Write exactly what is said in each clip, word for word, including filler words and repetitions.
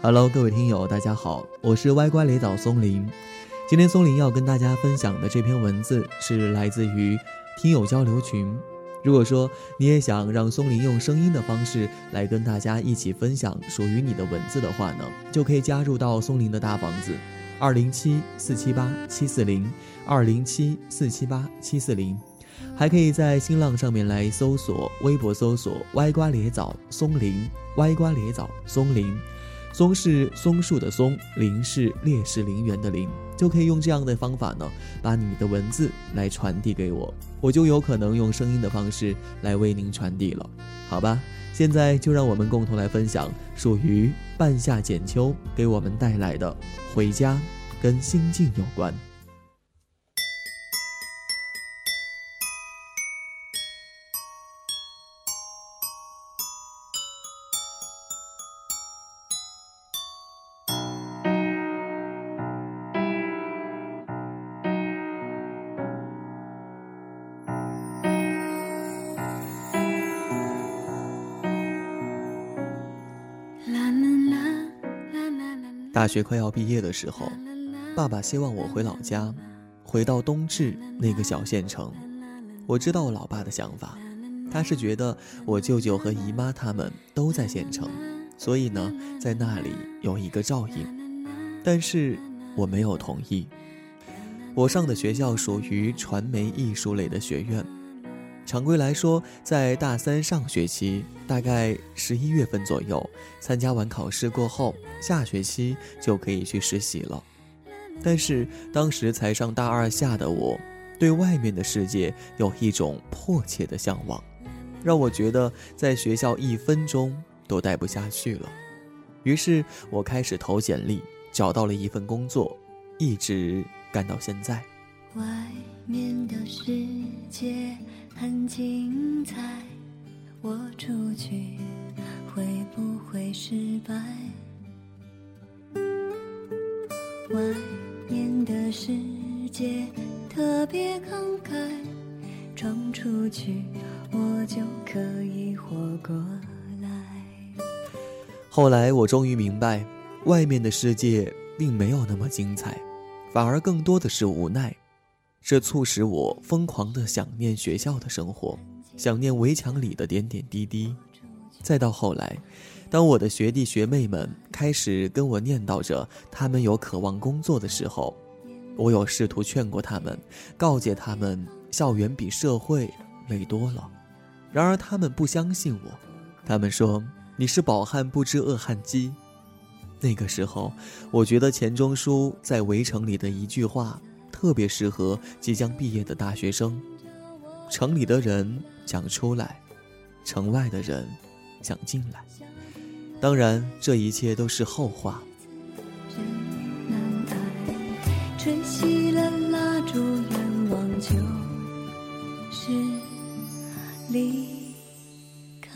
Hello， 各位听友，大家好，我是歪瓜裂枣松林。今天松林要跟大家分享的这篇文字是来自于听友交流群。如果说你也想让松林用声音的方式来跟大家一起分享属于你的文字的话呢，就可以加入到松林的大房子二零七四七八七四零二零七四七八七四零，还可以在新浪上面来搜索，微博搜索歪瓜裂枣松林，歪瓜裂枣松林，松是松树的松，林是烈士陵园的陵，就可以用这样的方法呢，把你的文字来传递给我，我就有可能用声音的方式来为您传递了，好吧？现在就让我们共同来分享属于半夏剪秋给我们带来的回家跟心境有关。大学快要毕业的时候，爸爸希望我回老家，回到东至那个小县城。我知道我老爸的想法，他是觉得我舅舅和姨妈他们都在县城，所以呢，在那里有一个照应。但是我没有同意。我上的学校属于传媒艺术类的学院，常规来说，在大三上学期，大概十一月份左右，参加完考试过后，下学期就可以去实习了。但是当时才上大二下的我，对外面的世界有一种迫切的向往，让我觉得在学校一分钟都待不下去了。于是我开始投简历，找到了一份工作，一直干到现在。 外面的世界很精彩，我出去会不会失败？外面的世界特别慷慨，闯出去我就可以活过来。 后来我终于明白，外面的世界并没有那么精彩，反而更多的是无奈。这促使我疯狂地想念学校的生活，想念围墙里的点点滴滴。再到后来，当我的学弟学妹们开始跟我念叨着他们有渴望工作的时候，我有试图劝过他们，告诫他们校园比社会累多了。然而他们不相信我，他们说你是饱汉不知饿汉饥。那个时候，我觉得钱钟书在围城里的一句话特别适合即将毕业的大学生：城里的人想出来，城外的人想进来。当然这一切都是后话。 吹熄了蜡烛，愿望就是离开。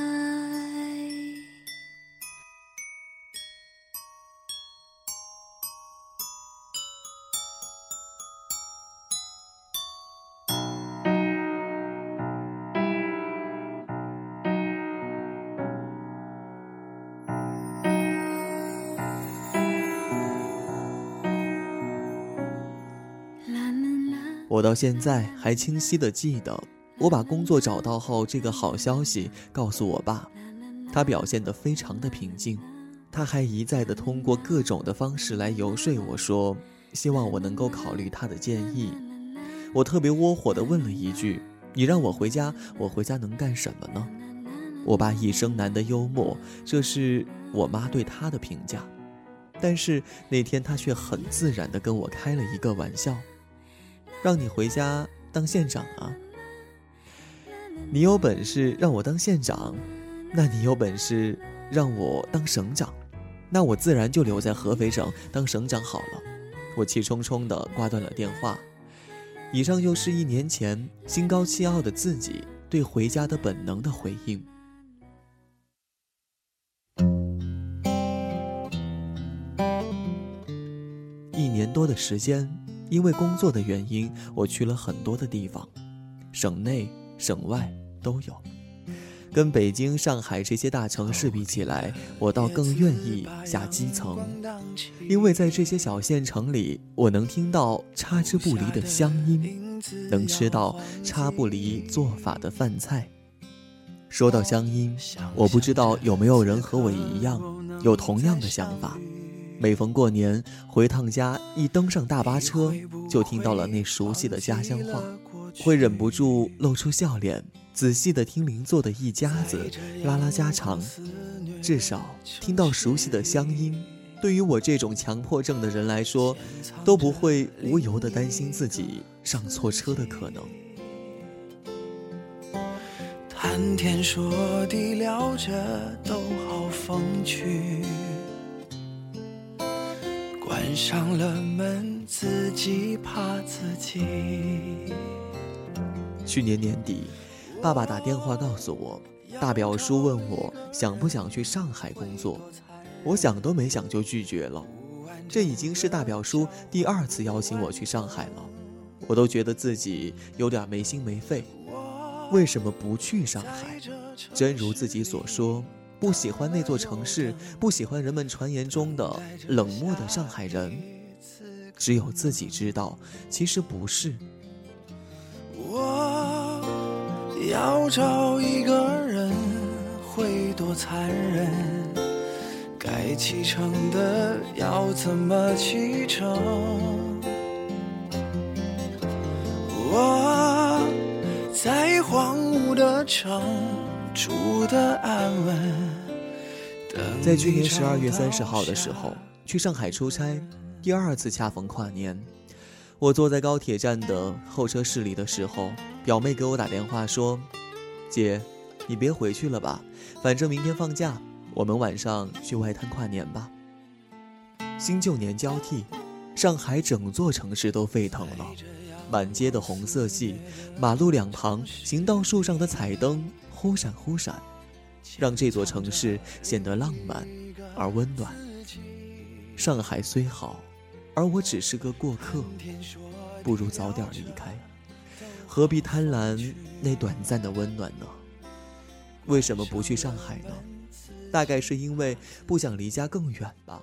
我到现在还清晰地记得，我把工作找到后这个好消息告诉我爸，他表现得非常的平静，他还一再地通过各种的方式来游说我说，希望我能够考虑他的建议。我特别窝火地问了一句，你让我回家，我回家能干什么呢？我爸一生难得幽默，这是我妈对他的评价。但是那天他却很自然地跟我开了一个玩笑，让你回家当县长啊？你有本事让我当县长，那你有本事让我当省长，那我自然就留在合肥省当省长好了。我气冲冲地挂断了电话。以上就是一年前心高气傲的自己对回家的本能的回应。一年多的时间，因为工作的原因，我去了很多的地方，省内省外都有。 跟北京、上海这些大城市比起来，我倒更愿意下基层，因为在这些小县城里，我能听到差之不离的乡音，能吃到差不离做法的饭菜。说到乡音，我不知道有没有人和我一样有同样的想法。每逢过年回趟家，一登上大巴车，就听到了那熟悉的家乡话，会忍不住露出笑脸，仔细地听邻座的一家子拉拉家常。至少听到熟悉的乡音，对于我这种强迫症的人来说，都不会无由地担心自己上错车的可能。 谈天说地聊着都好风趣，关上了门自己怕自己。 去年年底，爸爸打电话告诉我，大表叔问我想不想去上海工作，我想都没想就拒绝了。这已经是大表叔第二次邀请我去上海了，我都觉得自己有点没心没肺。为什么不去上海？真如自己所说，不喜欢那座城市，不喜欢人们传言中的冷漠的上海人。只有自己知道，其实不是。 我要找一个人会多残忍，该启程的要怎么启程？我在荒芜的城住得安稳。 在去年十二月三十号的时候，去上海出差，第二次恰逢跨年。我坐在高铁站的候车室里的时候，表妹给我打电话说：姐，你别回去了吧，反正明天放假，我们晚上去外滩跨年吧。新旧年交替，上海整座城市都沸腾了，满街的红色系，马路两旁行道树上的彩灯忽闪忽闪，让这座城市显得浪漫而温暖。上海虽好，而我只是个过客，不如早点离开，何必贪婪那短暂的温暖呢？为什么不去上海呢？大概是因为不想离家更远吧。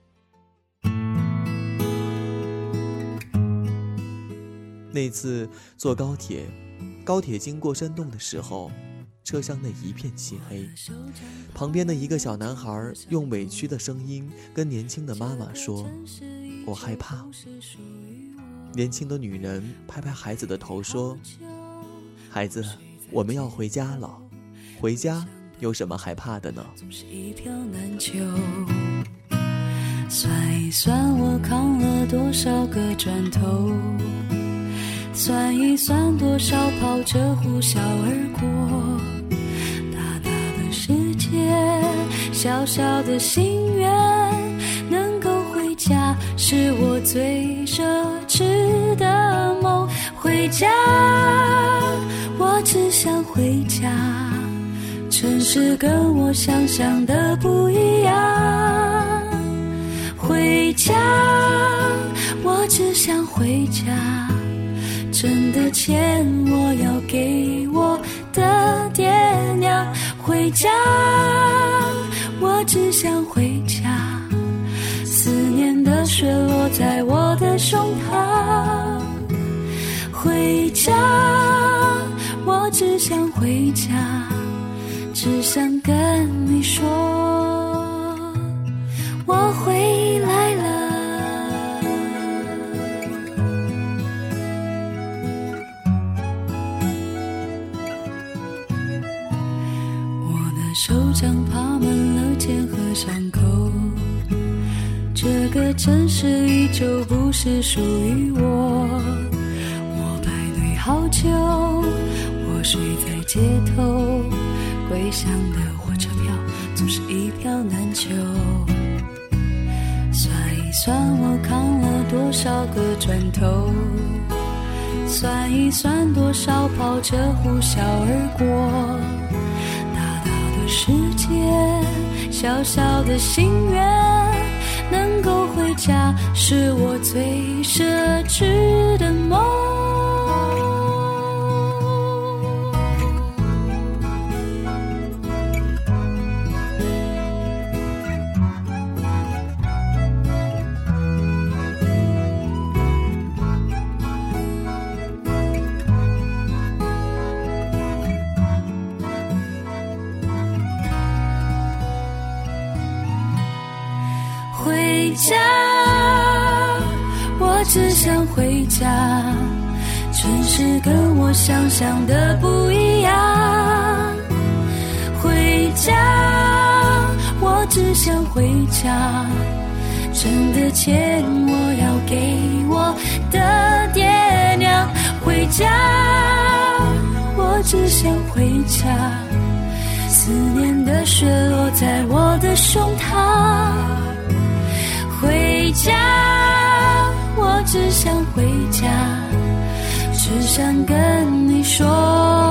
那次坐高铁，高铁经过山洞的时候，车厢内一片漆黑，旁边的一个小男孩用委屈的声音跟年轻的妈妈说：我害怕。年轻的女人拍拍孩子的头说：孩子，我们要回家了，回家有什么害怕的呢？ 总是一票难求，算一算我扛了多少个砖头，算一算多少跑车呼啸而过，大大的世界，小小的心愿，能够回家是我最奢侈的梦。回家，我只想回家，城市跟我想象的不一样。回家，我只想回家，挣的钱我要给我的爹娘。回家，我只想回家，思念的雪落在我的胸膛。回家，我只想回家，只想跟你说我回来了。我的手掌爬满了茧和伤口，这个城市依旧不是属于我。我排队好久，我睡在街头，归乡的火车票总是一票难求。算一算我扛了多少个砖头，算一算多少跑车呼啸而过，大大的世界，小小的心愿，能够回家是我最奢侈的梦。 只想回家，城市跟我想象的不一样。回家，我只想回家，挣的钱我要给我的爹娘。回家，我只想回家，思念的雪落在我的胸膛。回家，我只想回家，只想跟你说